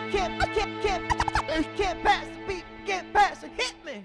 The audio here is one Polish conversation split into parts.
Can't pass the beat, can't pass it, hit me.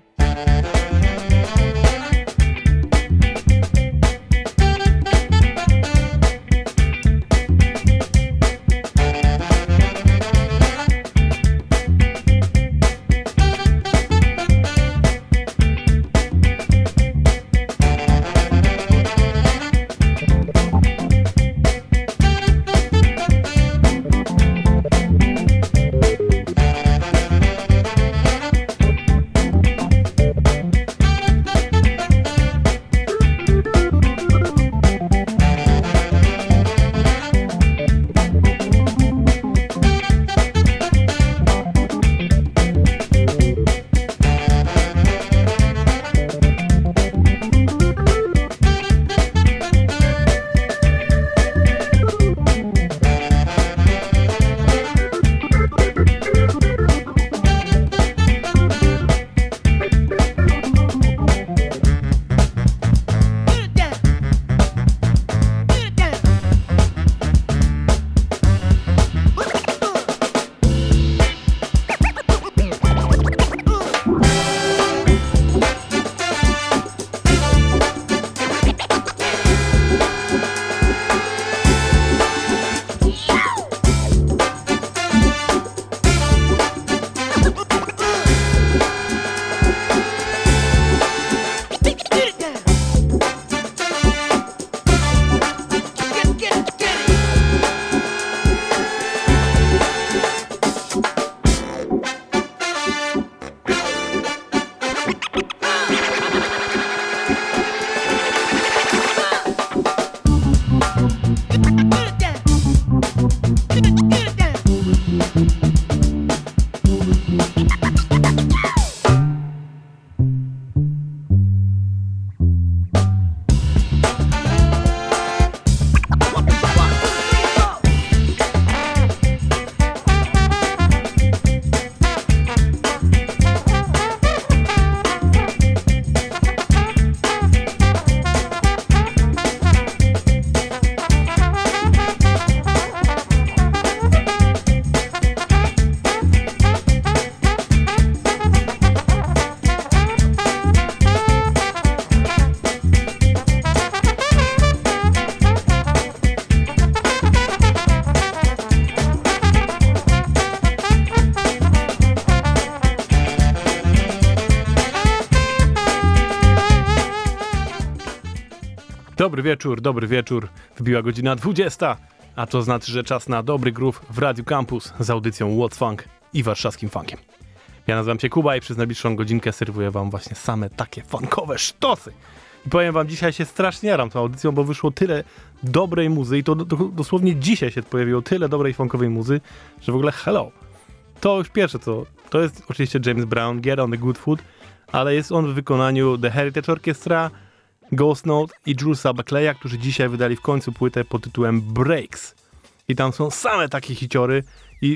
Dobry wieczór. Wybiła godzina 20, a to znaczy, że czas na dobry groove w Radiu Campus z audycją What's Funk i warszawskim funkiem. Ja nazywam się Kuba i przez najbliższą godzinkę serwuję wam właśnie same takie funkowe sztosy. I powiem wam, dzisiaj się strasznie jaram tą audycją, bo wyszło tyle dobrej muzy i to dosłownie dzisiaj się pojawiło tyle dobrej funkowej muzy, że w ogóle hello. To już pierwsze to jest oczywiście James Brown, Get on the Good Food, ale jest on w wykonaniu The Heritage Orchestra, Ghost Note i Julesa Buckleya, którzy dzisiaj wydali w końcu płytę pod tytułem Breaks. I tam są same takie hiciory i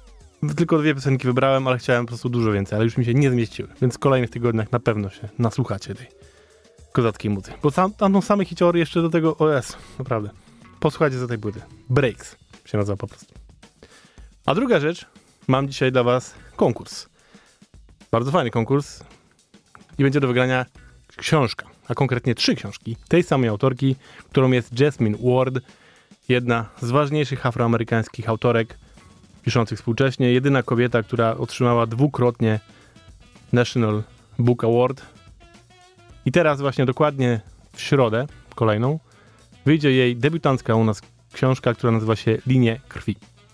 tylko 2 piosenki wybrałem, ale chciałem po prostu dużo więcej, ale już mi się nie zmieściły, więc w kolejnych tygodniach na pewno się nasłuchacie tej kozackiej muzy. Bo tam są same hiciory jeszcze do tego, naprawdę. Posłuchajcie za tej płyty. Breaks się nazywa po prostu. A druga rzecz, mam dzisiaj dla was konkurs. Bardzo fajny konkurs i będzie do wygrania książka, a konkretnie 3 książki tej samej autorki, którą jest Jasmine Ward, jedna z ważniejszych afroamerykańskich autorek piszących współcześnie, jedyna kobieta, która otrzymała 2-krotnie National Book Award. I teraz właśnie dokładnie w środę, kolejną, wyjdzie jej debiutancka u nas książka, która nazywa się Linie krwi.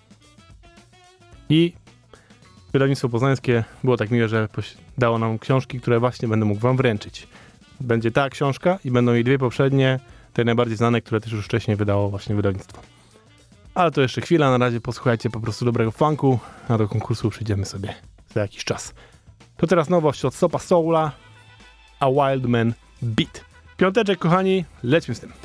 I wydawnictwo poznańskie było tak miłe, że dało nam książki, które właśnie będę mógł wam wręczyć. Będzie ta książka i będą jej 2 poprzednie, te najbardziej znane, które też już wcześniej wydało właśnie wydawnictwo. Ale to jeszcze chwila, na razie posłuchajcie po prostu dobrego funku, a do konkursu przyjdziemy sobie za jakiś czas. To teraz nowość od Sopa Soula, A Wild Man Beat. Piąteczek, kochani, lećmy z tym.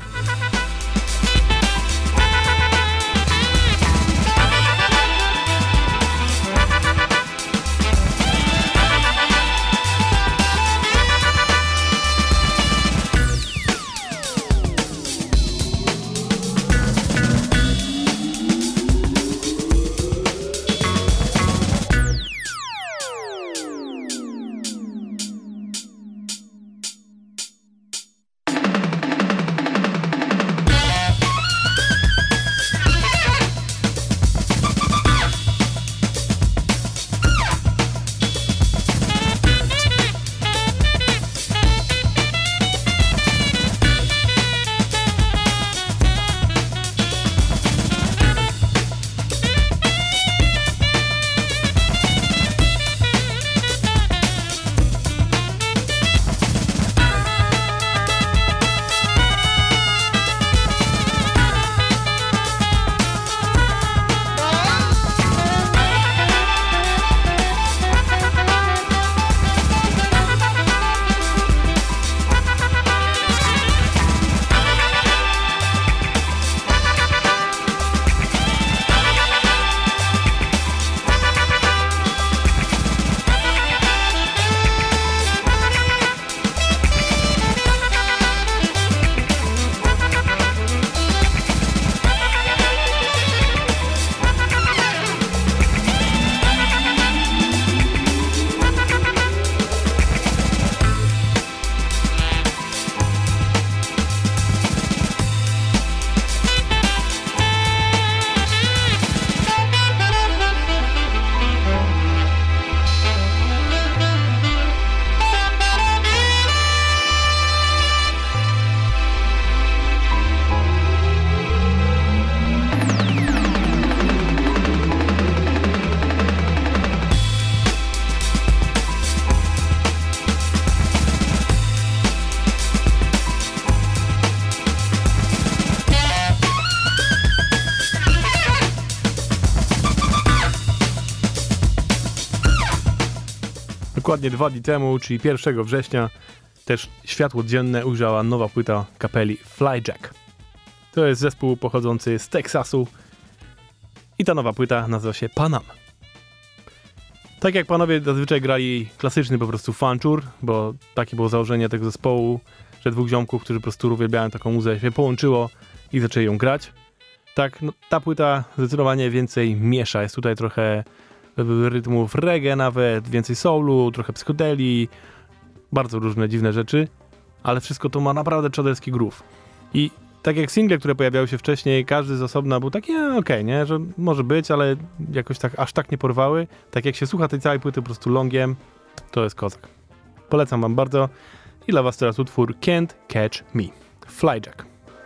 Dokładnie 2 dni temu, czyli 1 września, też światło dzienne ujrzała nowa płyta kapeli Flyjack. To jest zespół pochodzący z Teksasu i ta nowa płyta nazywa się Panam. Tak jak panowie zazwyczaj grali klasyczny po prostu fanczur, bo takie było założenie tego zespołu, że 2 ziomków, którzy po prostu uwielbiają taką muzykę, się połączyło i zaczęli ją grać. Tak, no, ta płyta zdecydowanie więcej miesza. Jest tutaj trochę rytmów reggae nawet, więcej soulu, trochę psychodeli, bardzo różne dziwne rzeczy, ale wszystko to ma naprawdę czaderski groove. I tak jak single, które pojawiały się wcześniej, każdy z osobna był taki, okej, nie, że może być, ale jakoś tak, aż tak nie porwały. Tak jak się słucha tej całej płyty po prostu longiem, to jest kozak. Polecam wam bardzo i dla was teraz utwór Can't Catch Me, Flyjack.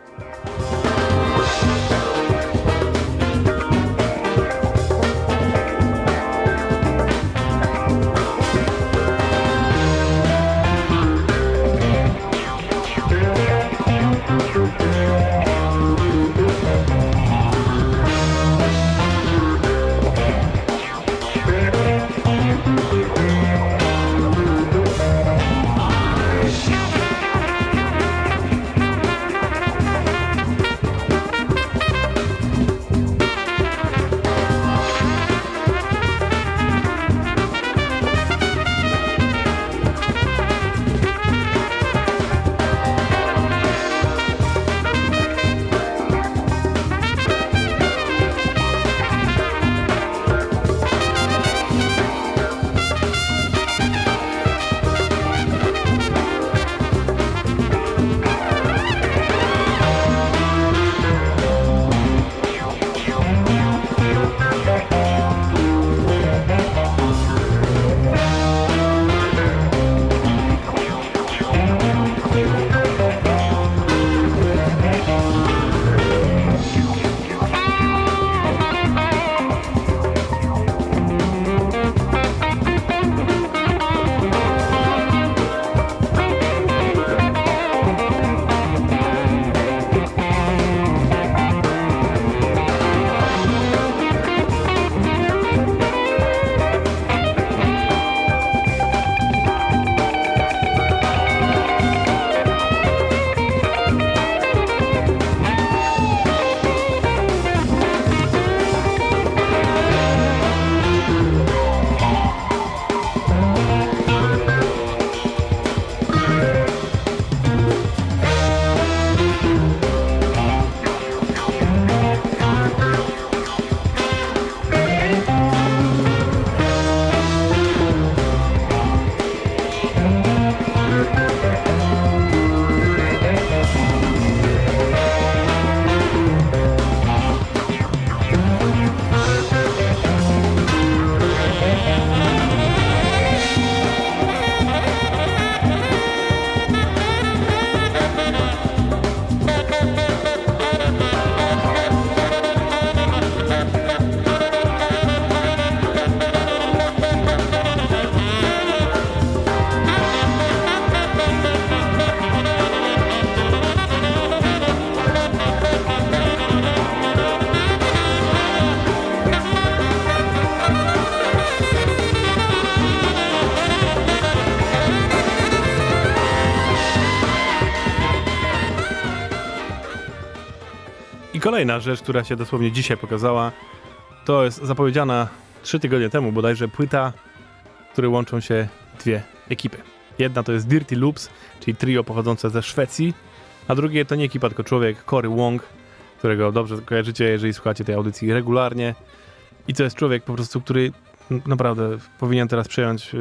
Kolejna rzecz, która się dosłownie dzisiaj pokazała, to jest zapowiedziana 3 tygodnie temu bodajże płyta, w której łączą się 2 ekipy. Jedna to jest Dirty Loops, czyli trio pochodzące ze Szwecji, a drugie to nie ekipa, tylko człowiek, Cory Wong, którego dobrze kojarzycie, jeżeli słuchacie tej audycji regularnie. I to jest człowiek po prostu, który naprawdę powinien teraz przejąć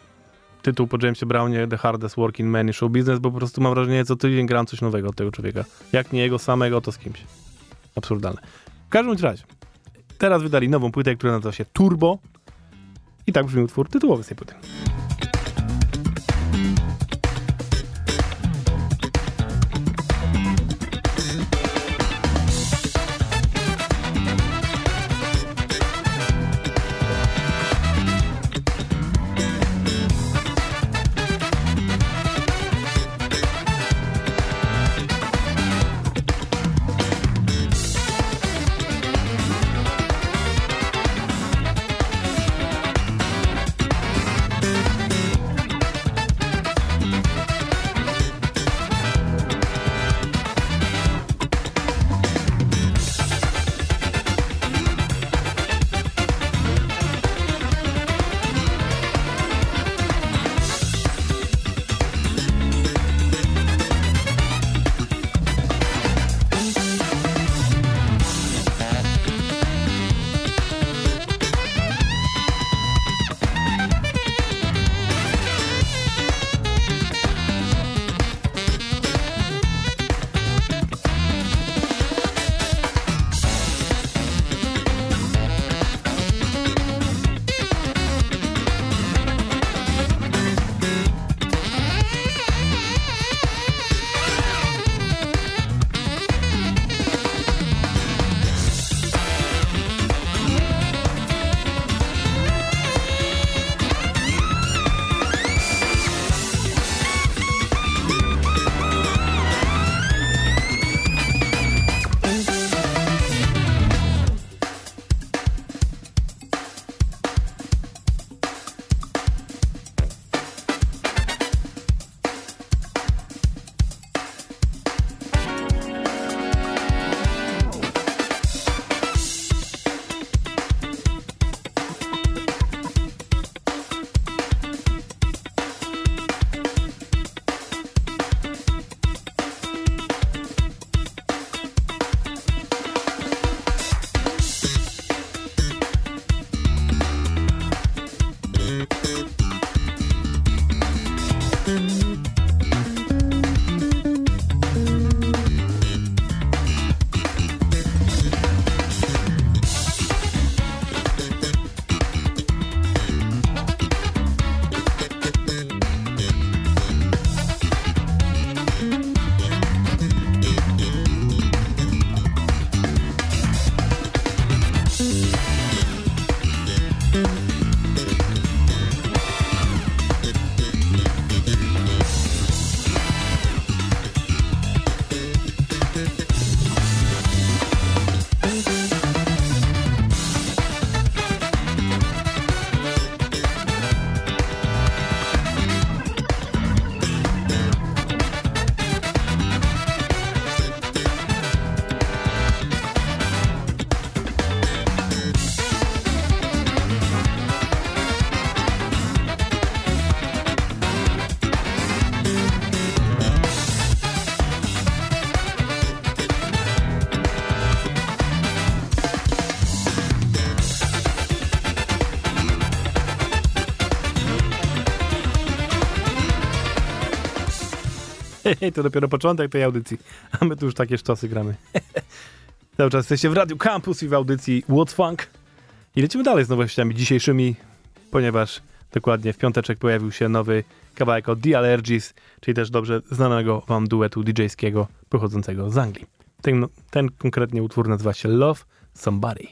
tytuł po Jamesie Brownie The Hardest Working Man in Show Business, bo po prostu mam wrażenie, co tydzień gram coś nowego od tego człowieka. Jak nie jego samego, to z kimś. Absurdalne. W każdym razie, teraz wydali nową płytę, która nazywa się Turbo i tak brzmi utwór tytułowy z tej płyty. To dopiero początek tej audycji, a my tu już takie sztosy gramy. Cały czas jesteście w Radiu Campus i w audycji What's Funk. I lecimy dalej z nowościami dzisiejszymi, ponieważ dokładnie w piąteczek pojawił się nowy kawałek od The Allergies, czyli też dobrze znanego wam duetu DJ-skiego pochodzącego z Anglii. Ten konkretnie utwór nazywa się Love Somebody.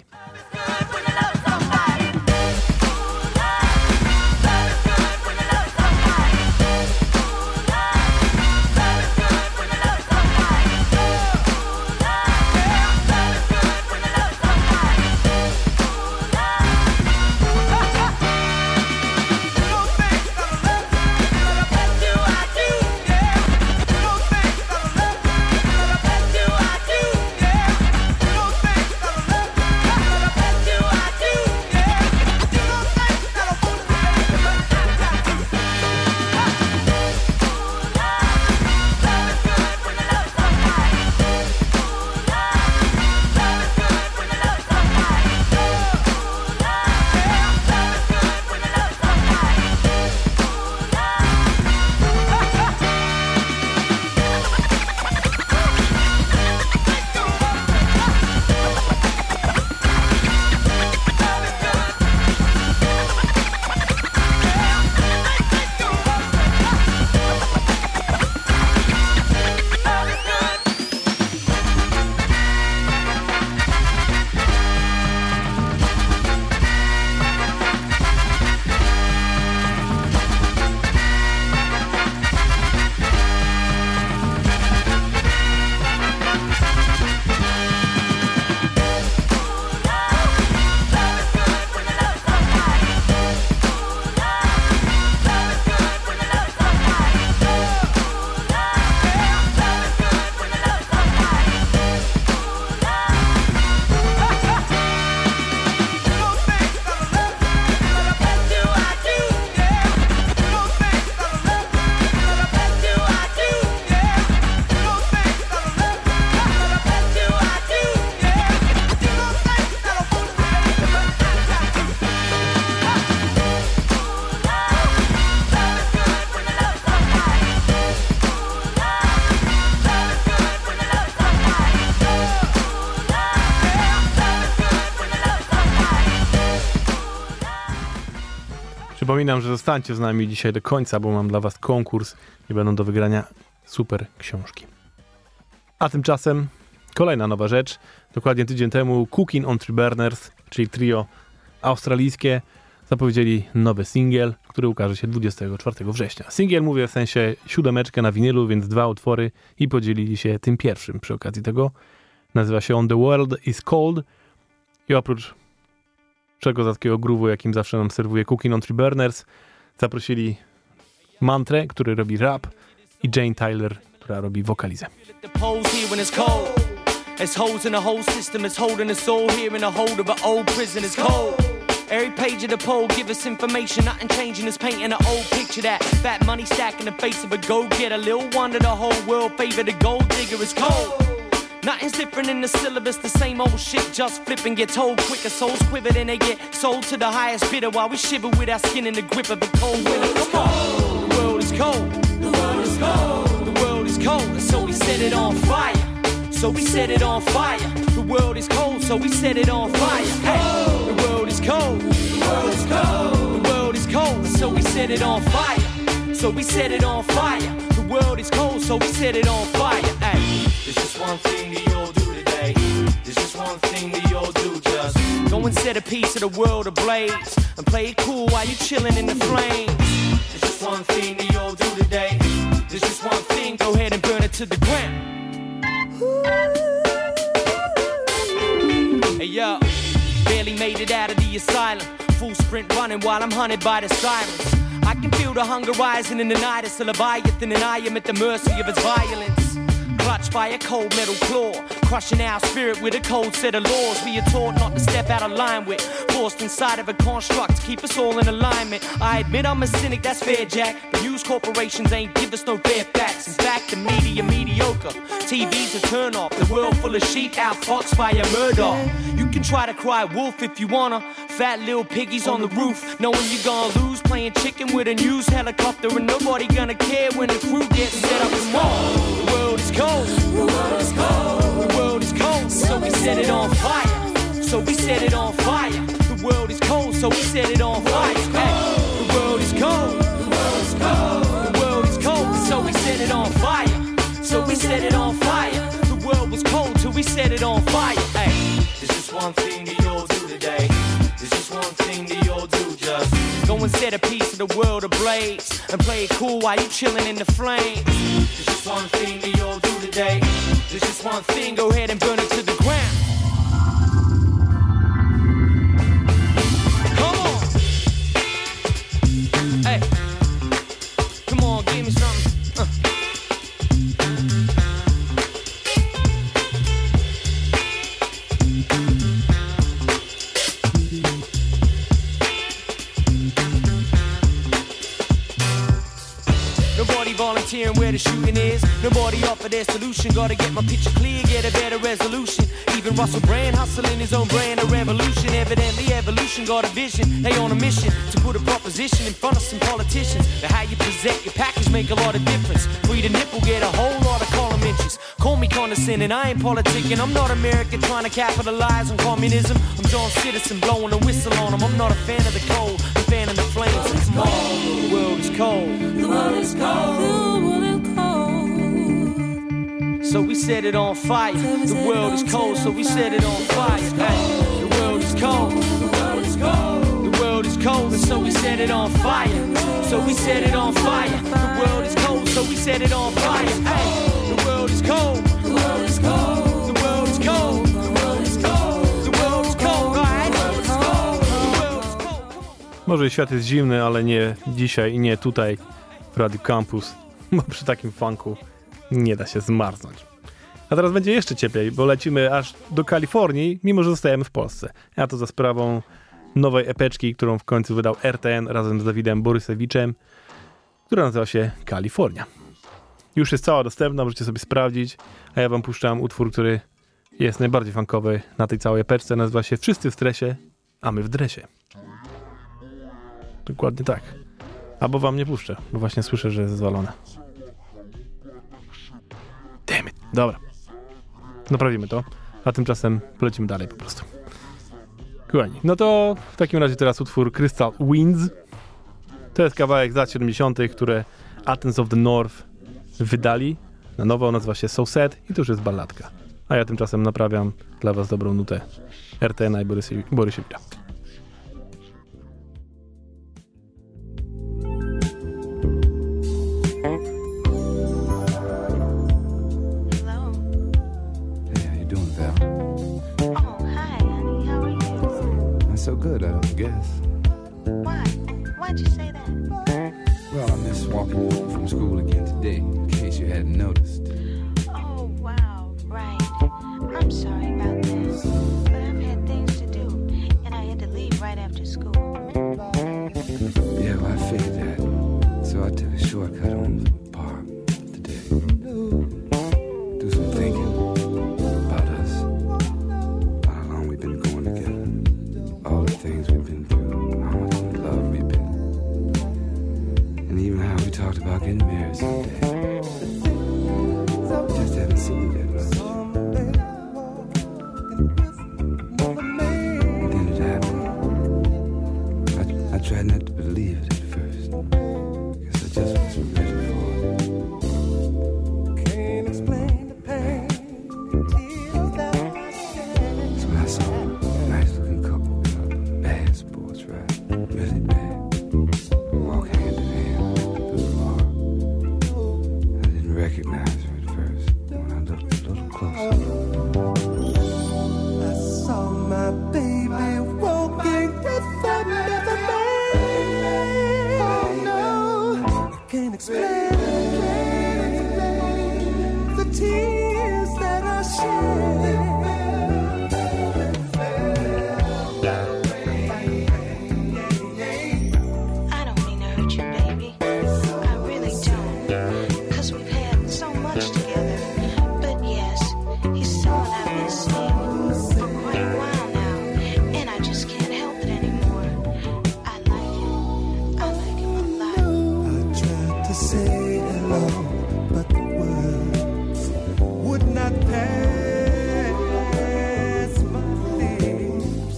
Przypominam, że zostańcie z nami dzisiaj do końca, bo mam dla was konkurs i będą do wygrania super książki. A tymczasem kolejna nowa rzecz. Dokładnie tydzień temu Cooking on Three Burners, czyli trio australijskie, zapowiedzieli nowy singiel, który ukaże się 24 września. Singiel mówię w sensie 7 na winylu, więc 2 utwory i podzielili się tym pierwszym przy okazji tego. Nazywa się On the World is Cold i oprócz przekozackiego groove'u, jakim zawsze nam serwuje Cooking on Three Burners, zaprosili Mantrę, który robi rap, i Jane Tyler, która robi wokalizę. There's holes in the whole system, it's holding us all here in the hold of an old prison, it's cold. Every page of the poll give us information, nothing changing, it's painting an old picture. That fat money stack in the face of a go-getter. Little wonder the whole world favor the gold digger, it's cold. Nothing's different in the syllabus, the same old shit, just flip and get told quicker. Souls quiver, then they get sold to the highest bidder, while we shiver with our skin in the grip of a cold winter. Come on, the world is cold, the world is cold, the world is cold, and so we set it on fire. So we set it on fire. The world is cold, so we set it on fire. Hey, the world is cold. The world is cold. The world is cold, so we set it on fire. So we set it on fire. The world is cold, so we set it on fire. Hey, there's just one thing that you'll do today. There's just one thing that you'll do, just go and set a piece of the world ablaze. and play it cool while you chillin' in the flames. There's just one thing that you'll do today. There's just one thing, go ahead and burn it to the ground. Hey yo, barely made it out of the asylum. Full sprint running while I'm hunted by the sirens. I can feel the hunger rising in the night. It's a Leviathan and I am at the mercy of its violence. Clutched by a cold metal claw, crushing our spirit with a cold set of laws. We are taught not to step out of line with, forced inside of a construct to keep us all in alignment. I admit I'm a cynic, that's fair, Jack. But news corporations ain't give us no fair facts. In fact, the media mediocre. TV's a turn off. The world full of sheep outfoxed by a murder. You can try to cry wolf if you wanna. Fat little piggies on the roof, knowing you're gonna lose. Playing chicken with a news helicopter, and nobody gonna care when the crew gets set up tomorrow. The world is cold. The world is cold. The world is cold. So we set it on fire. So we set it on fire. The world is cold. So we set it on fire. Hey, the world is cold. The world is cold. The world is cold. So we set it on fire. So we set it on fire. The world was cold till we set it on fire. Hey, there's just one thing that you'll do today. There's just one thing that you'll do, just go and set a piece of the world ablaze and play it cool while you chillin' in the flames. There's just one thing that you'll do today. There's just one thing, go ahead and burn it to the ground. Come on. Hey, come on, give me something. Volunteering where the shooting is. Nobody offer their solution. Gotta get my picture clear, get a better resolution. Even Russell Brand hustling his own brand of revolution. Evidently evolution got a vision. They on a mission to put a proposition in front of some politicians. But how you present your package make a lot of difference. Free the nipple, get a whole lot of column inches. Call me condescending, I ain't politicking. I'm not America trying to capitalize on communism. I'm John Citizen blowing a whistle on them. I'm not a fan of the cold, I'm a fan of the flames. Come on, the world is cold. The world is cold. The world is cold. So we set it on fire. The world is cold, so we set it on fire. Hey, the world is cold. The world is cold. The world is cold, and so we set it on fire. So we set it on fire. The world is cold, so we set it on fire. Hey, the world is cold. The world is cold. The world is cold. The world is cold. The world is cold. Right? The world is cold. The world is cold. Może świat jest zimny, ale nie dzisiaj i nie tutaj w Radio Campus, bo przy takim funku nie da się zmarznąć. A teraz będzie jeszcze cieplej, bo lecimy aż do Kalifornii, mimo że zostajemy w Polsce. A to za sprawą nowej epeczki, którą w końcu wydał RTN razem z Dawidem Borysewiczem, która nazywa się Kalifornia. Już jest cała dostępna, możecie sobie sprawdzić, a ja wam puszczam utwór, który jest najbardziej funkowy na tej całej epeczce. Nazywa się Wszyscy w stresie, a my w dresie. Dokładnie tak. Albo wam nie puszczę, bo właśnie słyszę, że jest zwalone. Damn it. Dobra. Naprawimy to, a tymczasem polecimy dalej po prostu. Kochani, no to w takim razie teraz utwór Crystal Winds. To jest kawałek z lat 70., które Athens of the North wydali. Na nowo nazywa się So Sad i to już jest balladka. A ja tymczasem naprawiam dla was dobrą nutę RTN i Borysiewicza. So good, I guess. Why? Why'd you say that? Well, I missed walking home from school again today, in case you hadn't noticed. Oh, wow, right. I'm sorry about that. But I've had things to do, and I had to leave right after school. Yeah, well, I figured that. So I took a shortcut home to the park today. Do some thinking about us. About how long we've been going together. All the things we've been through, how much in love we've been, and even how we talked about getting married someday. Just haven't seen it yet, right? And then it happened. I tried not to believe it at first, because I just wasn't ready for it. Can't explain the pain, tears that I shed. So when I saw a nice looking couple, bad sports, right? really bad. We walk hand in hand through the bar. I didn't recognize her at first. When I looked a little closer, I saw my baby walking with another man. Oh no, I can't explain the tears that I shed. I don't mean to hurt you, baby. I really don't. 'Cause we've had so much together. But yes, he's someone I've been seeing for quite a while now. And I just can't help it anymore. I like him. I like him a lot. I tried to say hello, but the words would not pass my lips.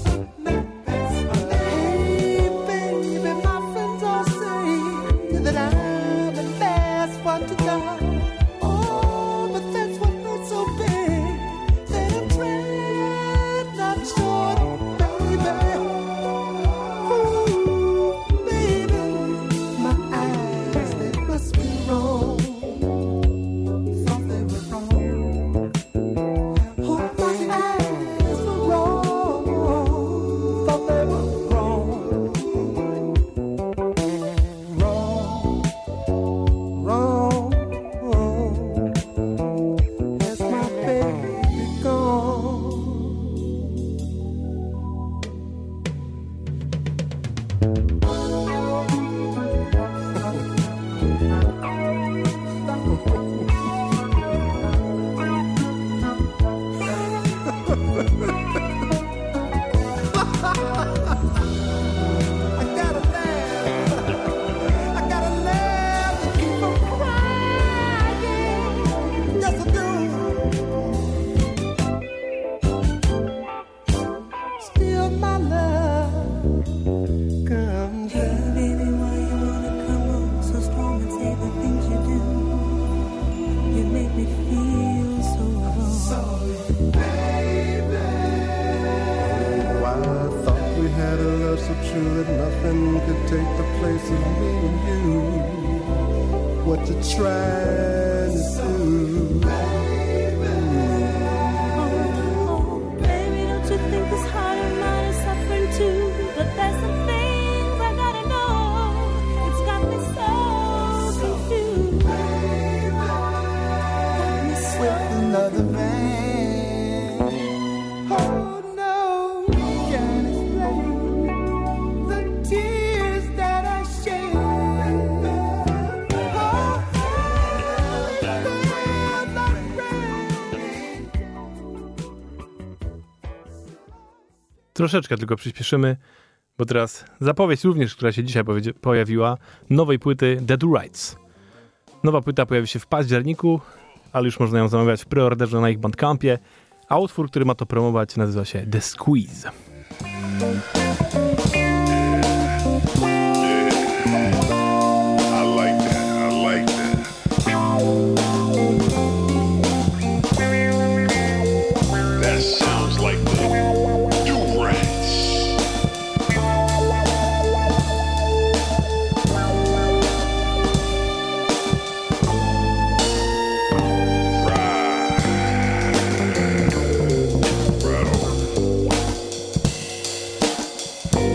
Hey, baby, my friends all say that I'm the last one to go. Oh, but that's what hurts so bad, that I'm trying not short, baby. Ooh, baby, my eyes, they must be wrong. Thought they were wrong. Oh, my eyes were wrong. Thought they were wrong. Wrong, wrong. Has my baby gone? I gotta laugh to keep from crying. Yes, I do. Still, my love comes out. Baby, why you wanna come on so strong and say the things you do? You make me feel so wrong. Why I thought we had a love so true that nothing could take the place of me and you. What you trying to do? Oh, baby, don't you think this heart of mine is suffering too? But there's some things I gotta know. It's got me so confused. Got me so With another man. Oh no, can't explain the tears that I shed. Oh, like rain. Troszeczkę tylko przyspieszymy, bo teraz zapowiedź również, która się dzisiaj pojawiła, nowej płyty The Do Rights. Nowa płyta pojawi się w październiku, ale już można ją zamawiać w preorderze na ich Bandcampie, a utwór, który ma to promować, nazywa się The Squeeze. I like that. I like that. That sounds like the Do-Rats. Right on.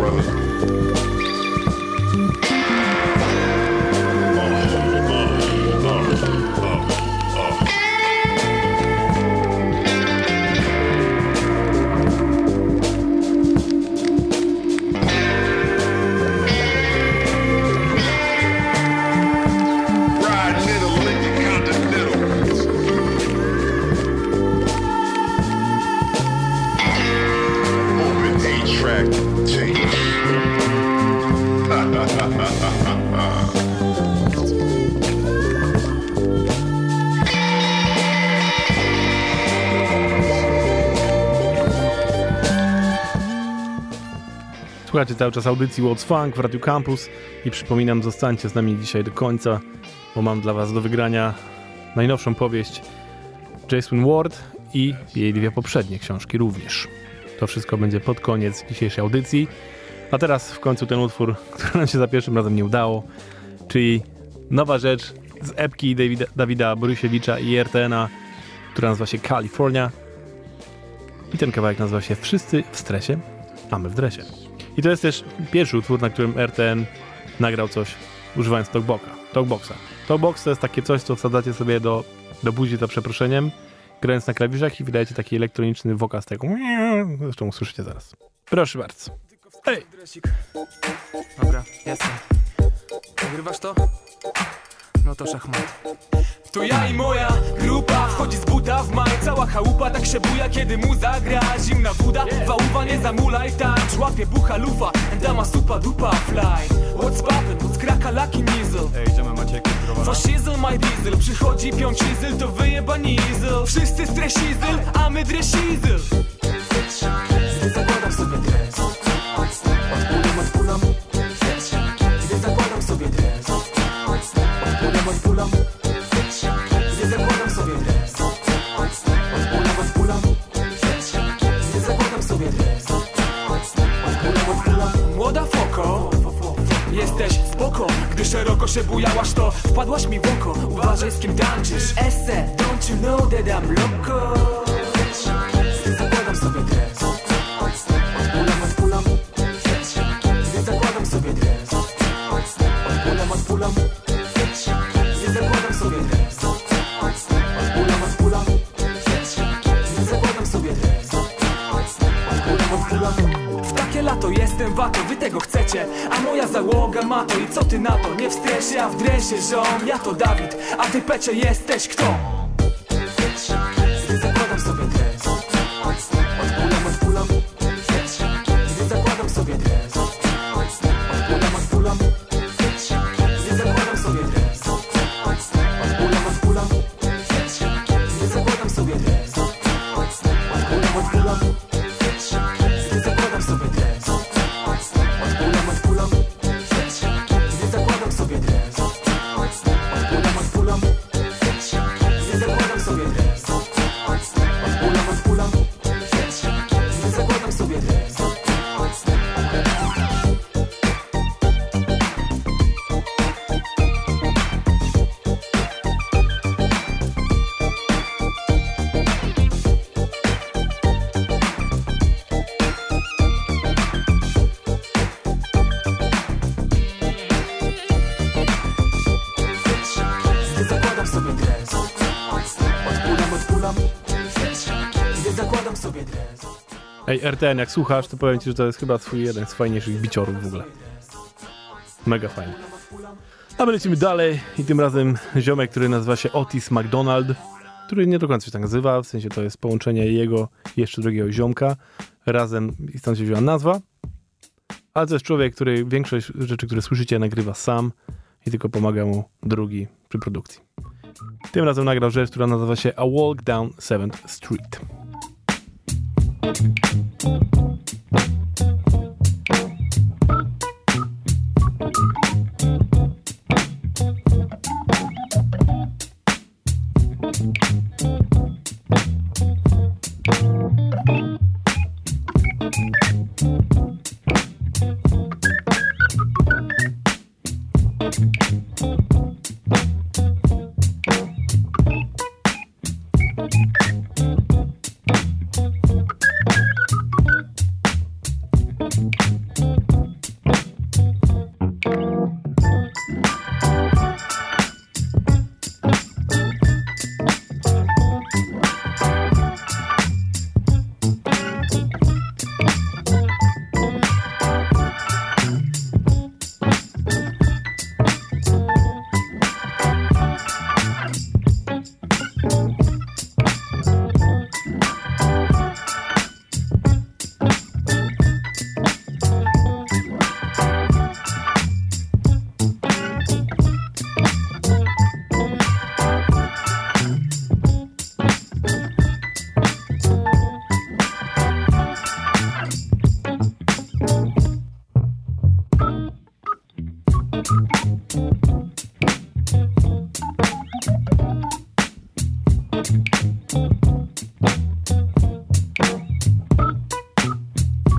Riding in a Lincoln Continental. Open 8-track tape. Słuchajcie cały czas audycji What's Funk w Radio Campus i przypominam, zostańcie z nami dzisiaj do końca, bo mam dla was do wygrania najnowszą powieść Jasmine Ward i jej 2 poprzednie książki również. To wszystko będzie pod koniec dzisiejszej audycji. A teraz w końcu ten utwór, który nam się za pierwszym razem nie udało, czyli nowa rzecz z epki Dawida Borysiewicza i RTN-a, która nazywa się California. I ten kawałek nazywa się Wszyscy w stresie, a my w dresie. I to jest też pierwszy utwór, na którym RTN nagrał coś używając talkboxa. Talkbox to jest takie coś, co wsadzacie sobie do buzi za przeproszeniem, grając na klawiszach i wydajecie taki elektroniczny wokal z tego. Zresztą usłyszycie zaraz. Proszę bardzo. Hej! Dobra, jestem. Nagrywasz to? No to szachmat. To ja i moja grupa wchodzi z buta w maj. Cała chałupa tak się buja, kiedy mu zagra zimna woda, wałówa nie zamulaj tańcz. Łapie bucha lufa, dama supa dupa fly. What's poppin', what's kraka laki nizel. Ej, idziemy Maciek, Faszyzel, my diesel, przychodzi piącizel, to wyjeba nizel. Wszyscy stresizel, a my dresizel. Gdy zakładam sobie dres, odpulam, gdy zakładam sobie dres, odpulam, gdy zakładam sobie dres, odpulam, gdy zakładam sobie dres, odpulam. Młoda foko, jesteś spoko, gdy szeroko się bujałaś, to wpadłaś mi w oko. Uważaj, z kim tańczysz. Esse, don't you know that I'm loco. Gdy zakładam sobie dres, odpulam, gdy zakładam sobie dres, odpulam, gdy zakładam sobie dres, odpulam, gdy zakładam sobie dres, odpulam. W takie lato jestem wato, wy tego chcecie, a moja załoga ma to. I co ty na to? Nie w stresie, a w dresie, ziom. Ja to Dawid, a ty Pecie jesteś kto? Gdy zakładam sobie dres, odpulam, gdy zakładam sobie dres, odpulam, gdy zakładam sobie dres, odpulam, gdy zakładam sobie dres, odpulam, gdy zakładam sobie dres, odpulam, gdy zakładam sobie dres, odpulam, gdy zakładam sobie dres, odpulam, gdy zakładam sobie dres. Gdy zakładam sobie dres, odpulam, gdy zakładam sobie dres. Ej, RTN, jak słuchasz, to powiem ci, że to jest chyba twój jeden z fajniejszych biciorów w ogóle. Mega fajny. A my lecimy dalej i tym razem ziomek, który nazywa się Otis McDonald, który nie do końca się tak nazywa, w sensie to jest połączenie jego i jeszcze drugiego ziomka razem i stąd się wzięła nazwa. Ale to jest człowiek, który większość rzeczy, które słyszycie, nagrywa sam i tylko pomaga mu drugi przy produkcji. Tym razem nagrał rzecz, która nazywa się A Walk Down 7th Street.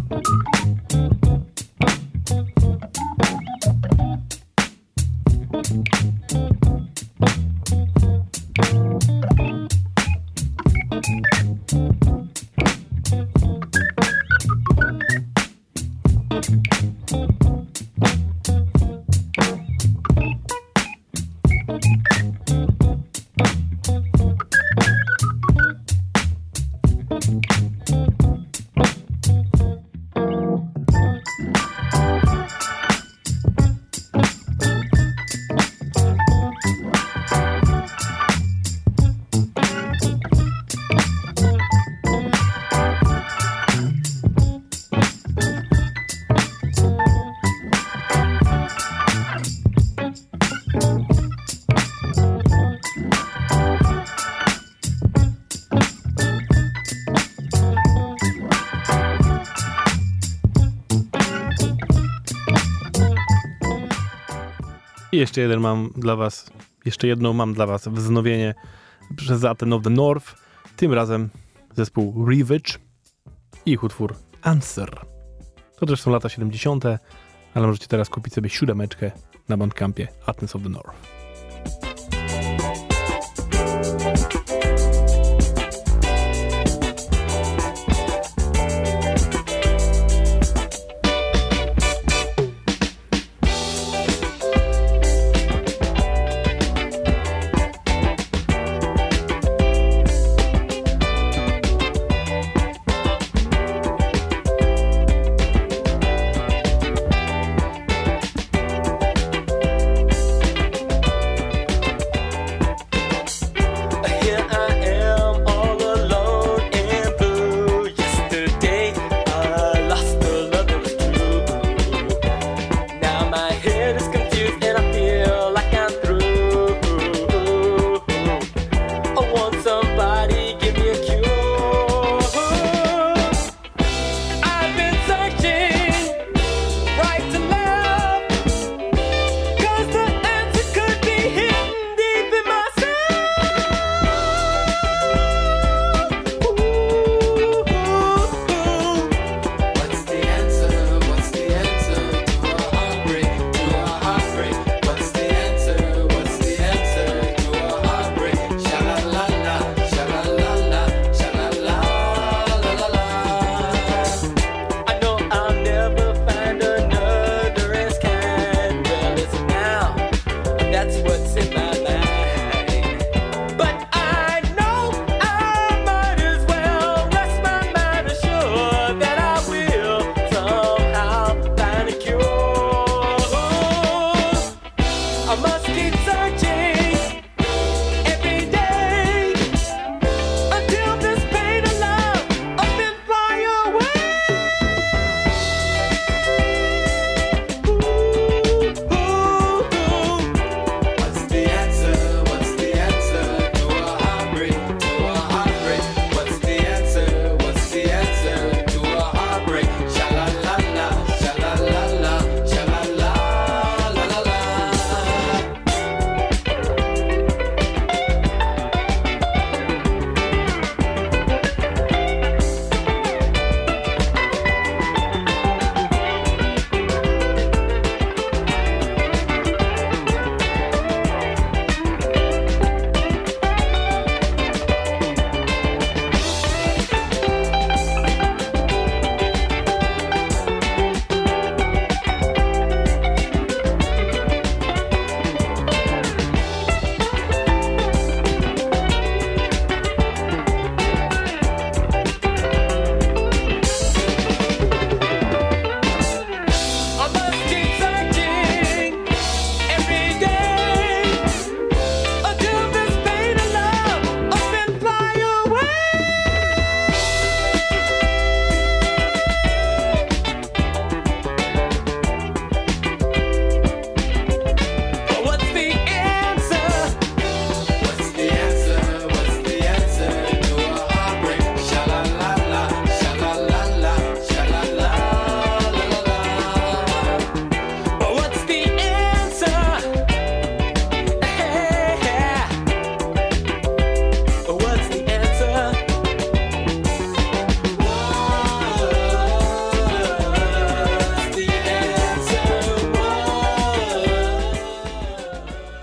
I jeszcze jedno mam dla was wznowienie przez Aten of the North. Tym razem zespół Rivage i ich utwór Answer. To też są lata 70., ale możecie teraz kupić sobie 7 na Bandcampie Athens of the North.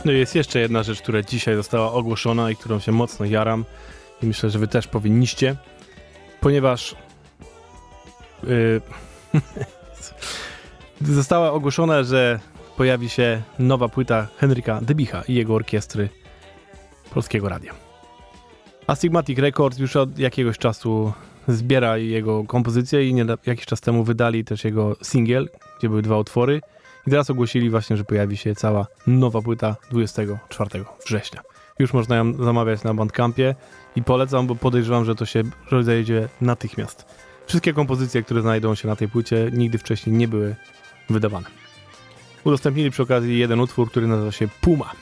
No i jest jeszcze jedna rzecz, która dzisiaj została ogłoszona i którą się mocno jaram i myślę, że wy też powinniście, ponieważ została ogłoszona, że pojawi się nowa płyta Henryka Debicha i jego orkiestry Polskiego Radia. Astigmatic Records już od jakiegoś czasu zbiera jego kompozycje i jakiś czas temu wydali też jego singiel, gdzie były 2 utwory i teraz ogłosili właśnie, że pojawi się cała nowa płyta 24 września. Już można ją zamawiać na Bandcampie i polecam, bo podejrzewam, że to się rozejdzie natychmiast. Wszystkie kompozycje, które znajdą się na tej płycie, nigdy wcześniej nie były wydawane. Udostępnili przy okazji jeden utwór, który nazywa się Puma.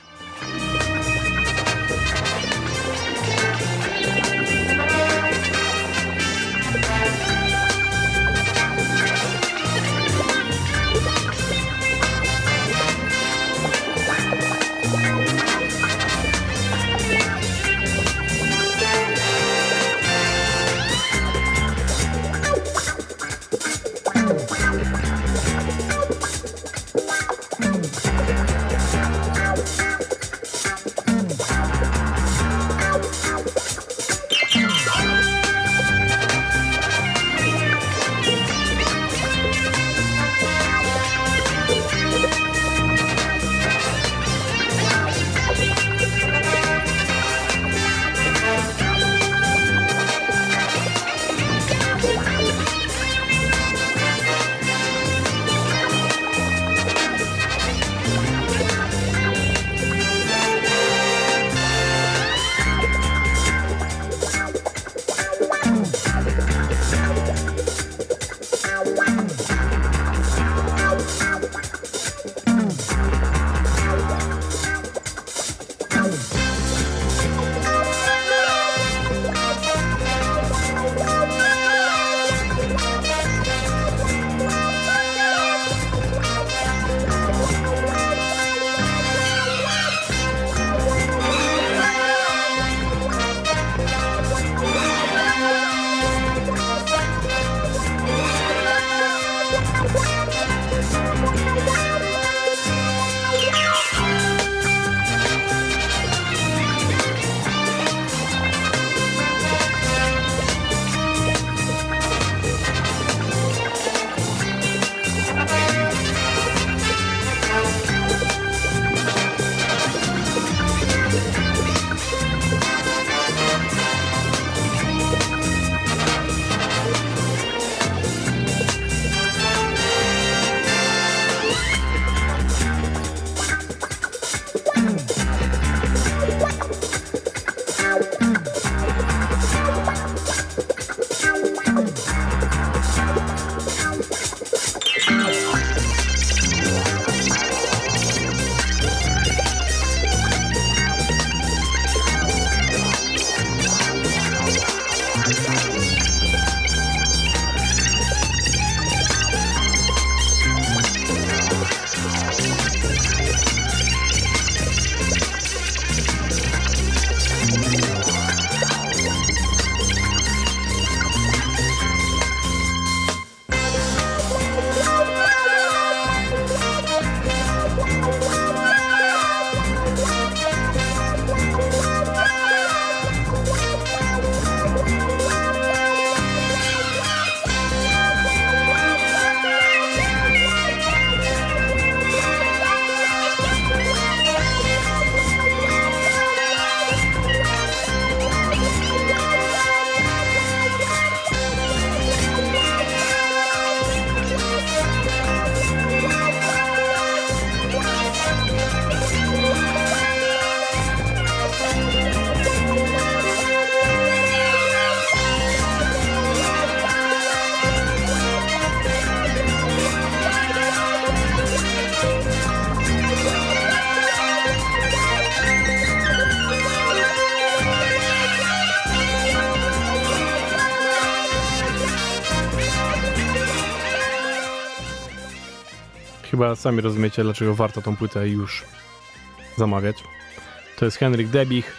Chyba sami rozumiecie, dlaczego warto tą płytę już zamawiać. To jest Henryk Debich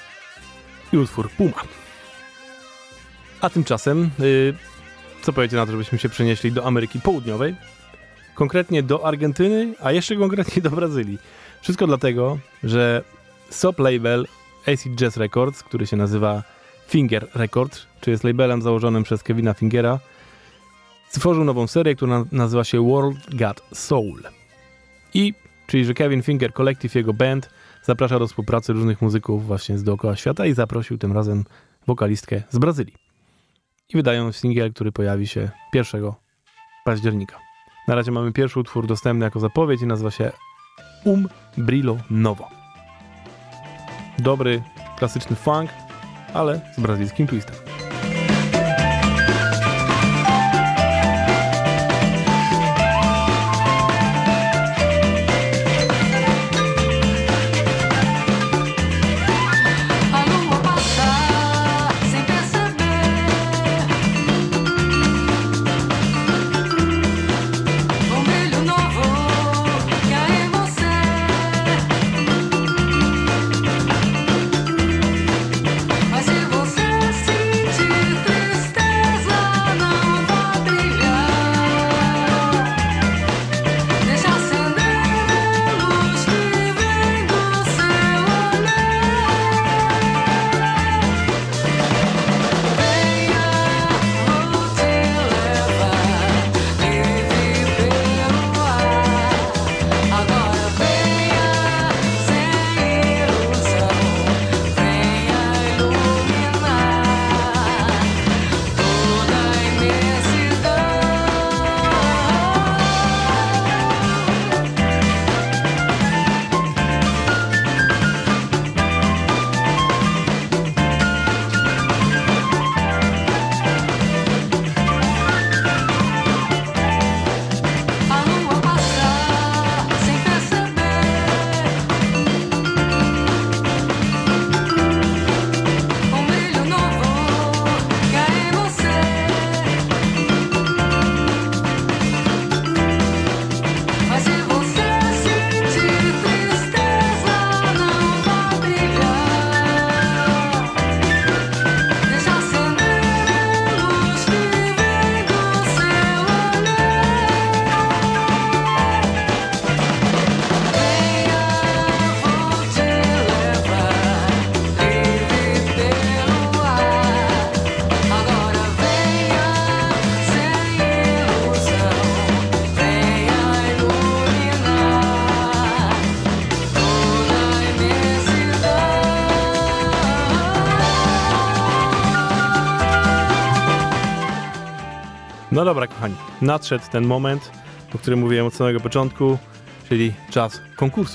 i utwór Puma. A tymczasem, co powiecie na to, żebyśmy się przenieśli do Ameryki Południowej konkretnie do Argentyny, a jeszcze konkretnie do Brazylii. Wszystko dlatego, że sub-label Acid Jazz Records, który się nazywa Finger Records, czy jest labelem założonym przez Kevina Fingera, stworzył nową serię, która nazywa się World Got Soul. Czyli że Kevin Finger Collective, jego band, zaprasza do współpracy różnych muzyków właśnie z dookoła świata i zaprosił tym razem wokalistkę z Brazylii. I wydają singiel, który pojawi się 1 października. Na razie mamy pierwszy utwór dostępny jako zapowiedź i nazywa się Brillo Novo. Dobry, klasyczny funk, ale z brazylijskim twistem. No dobra, kochani, nadszedł ten moment, o którym mówiłem od samego początku, czyli czas konkursu.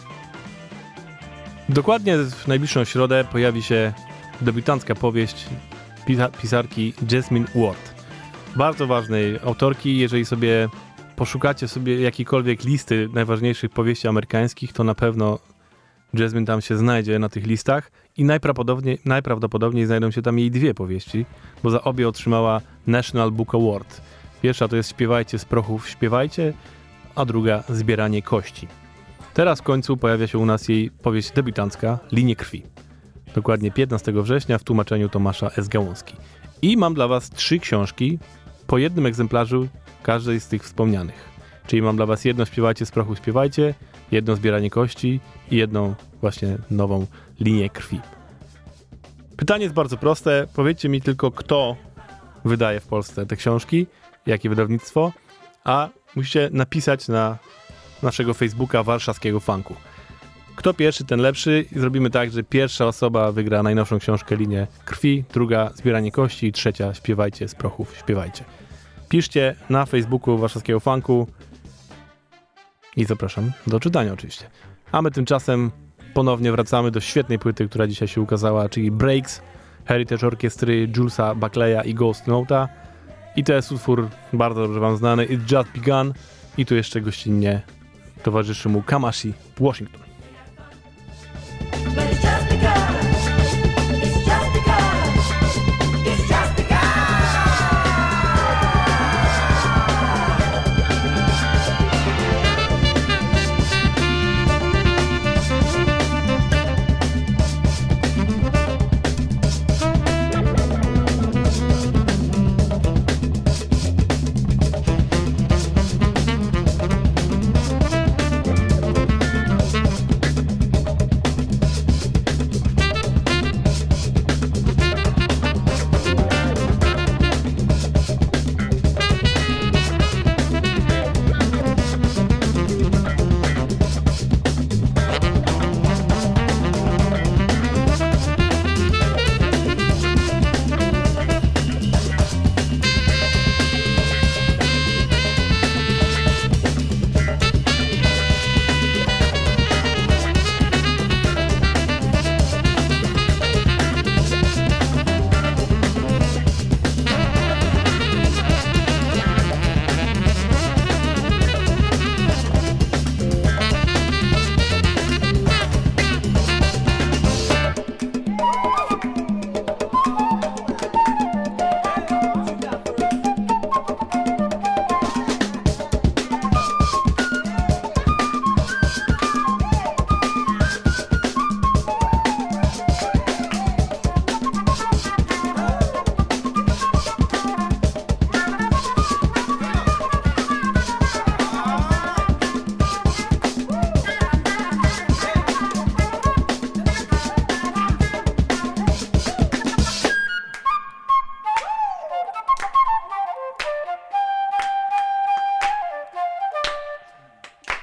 Dokładnie w najbliższą środę pojawi się debiutancka powieść pisarki Jasmine Ward. Bardzo ważnej autorki. Jeżeli sobie poszukacie sobie jakiejkolwiek listy najważniejszych powieści amerykańskich, to na pewno Jasmine tam się znajdzie na tych listach i najprawdopodobniej znajdą się tam jej 2 powieści, bo za obie otrzymała National Book Award. Pierwsza to jest Śpiewajcie z prochów, śpiewajcie, a druga Zbieranie kości. Teraz w końcu pojawia się u nas jej powieść debiutancka Linie krwi. Dokładnie 15 września w tłumaczeniu Tomasza S. Gałązki. I mam dla was 3 książki, po jednym egzemplarzu każdej z tych wspomnianych. Czyli mam dla was jedno Śpiewajcie z prochu, śpiewajcie, jedno Zbieranie kości i jedną właśnie nową Linię krwi. Pytanie jest bardzo proste. Powiedzcie mi tylko, kto wydaje w Polsce te książki, jakie wydawnictwo, a musicie napisać na naszego Facebooka Warszawskiego Funku. Kto pierwszy, ten lepszy. I zrobimy tak, że pierwsza osoba wygra najnowszą książkę Linię krwi, druga Zbieranie kości i trzecia Śpiewajcie z prochów, śpiewajcie. Piszcie na Facebooku Warszawskiego Funku i zapraszam do czytania oczywiście. A my tymczasem ponownie wracamy do świetnej płyty, która dzisiaj się ukazała, czyli Breaks, Heritage Orkiestry Julesa Buckleya i Ghost Note'a. I to jest utwór bardzo dobrze wam znany, It's Just Begun. I tu jeszcze gościnnie towarzyszy mu Kamashi Washington.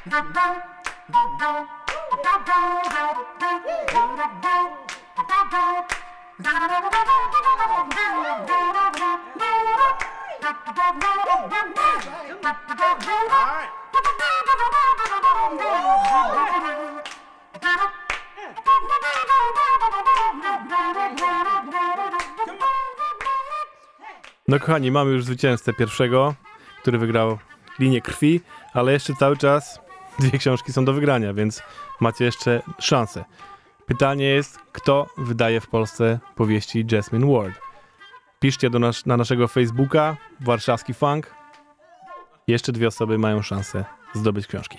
No kochani, mamy już zwycięzcę pierwszego, który wygrał Linię Krwi, ale jeszcze cały czas 2 książki są do wygrania, więc macie jeszcze szansę. Pytanie jest, kto wydaje w Polsce powieści Jasmine Ward? Piszcie na naszego Facebooka, Warszawski Funk. Jeszcze 2 osoby mają szansę zdobyć książki.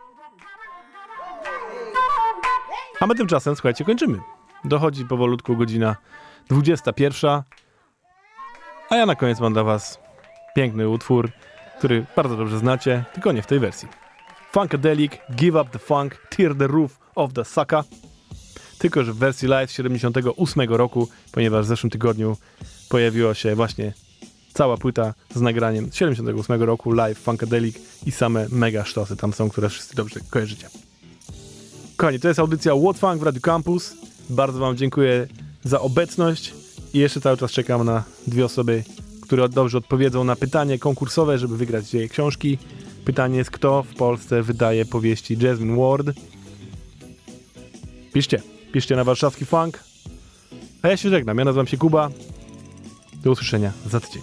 A my tymczasem, słuchajcie, kończymy. Dochodzi powolutku godzina 21. A ja na koniec mam dla was piękny utwór, który bardzo dobrze znacie, tylko nie w tej wersji. Funkadelic, Give Up the Funk, Tear the Roof of the Sucker. Tylko że w wersji live z 78 roku, ponieważ w zeszłym tygodniu pojawiła się właśnie cała płyta z nagraniem z 78 roku, live Funkadelic i same mega sztosy tam są, które wszyscy dobrze kojarzycie. Kochani, to jest audycja What Funk w Radio Campus. Bardzo wam dziękuję za obecność i jeszcze cały czas czekam na 2 osoby, które dobrze odpowiedzą na pytanie konkursowe, żeby wygrać 2 książki. Pytanie jest, kto w Polsce wydaje powieści Jasmine Ward? Piszcie na Warszawski Funk. A ja się żegnam, ja nazywam się Kuba. Do usłyszenia za tydzień.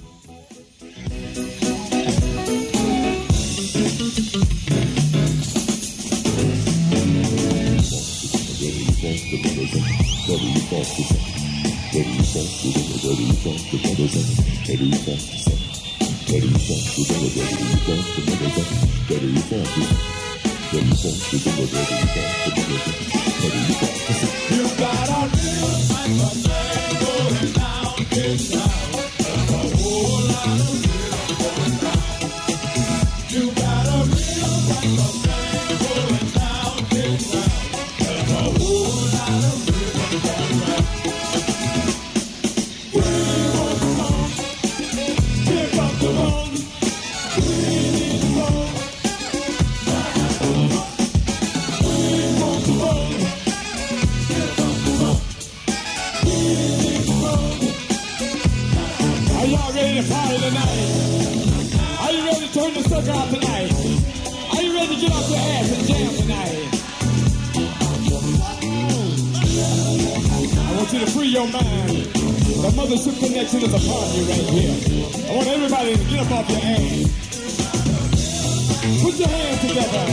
Mothership Connection is upon you right here. I want everybody to get up off your ass. Put your hands together.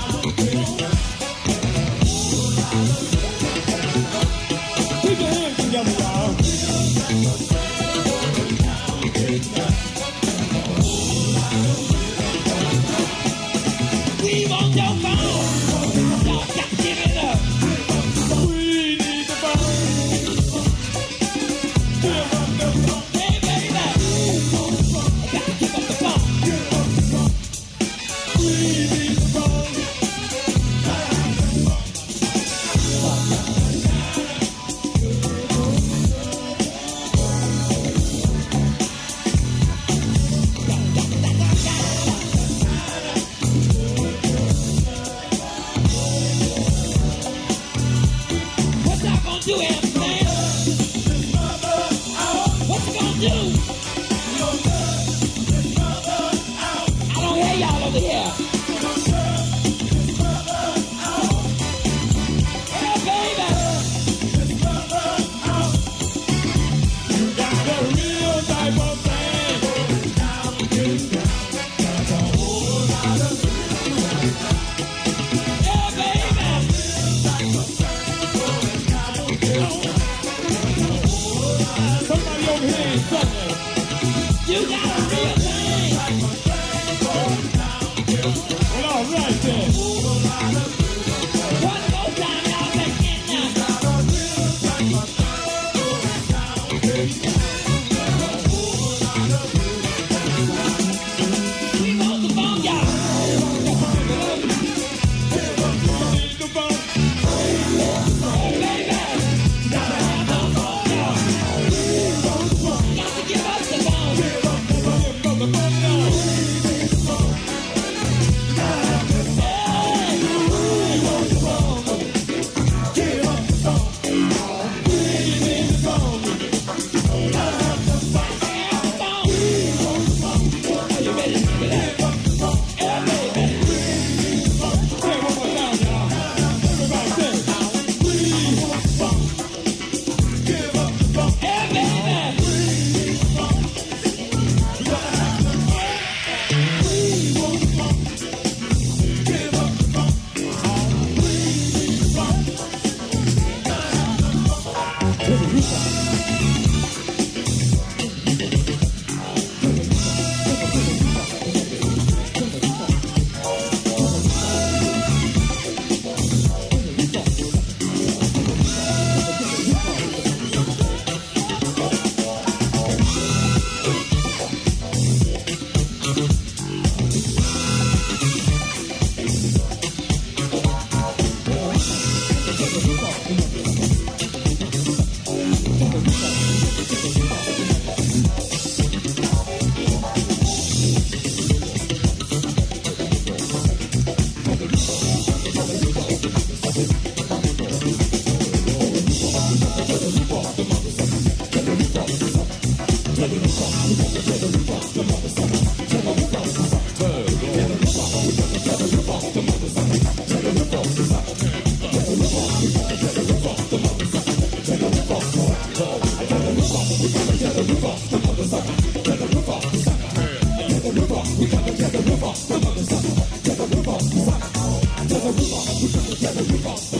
Put your hands together, y'all. We want your phone. Y'all got to give it up. We need the phone. You got a real thing. Get the roof off.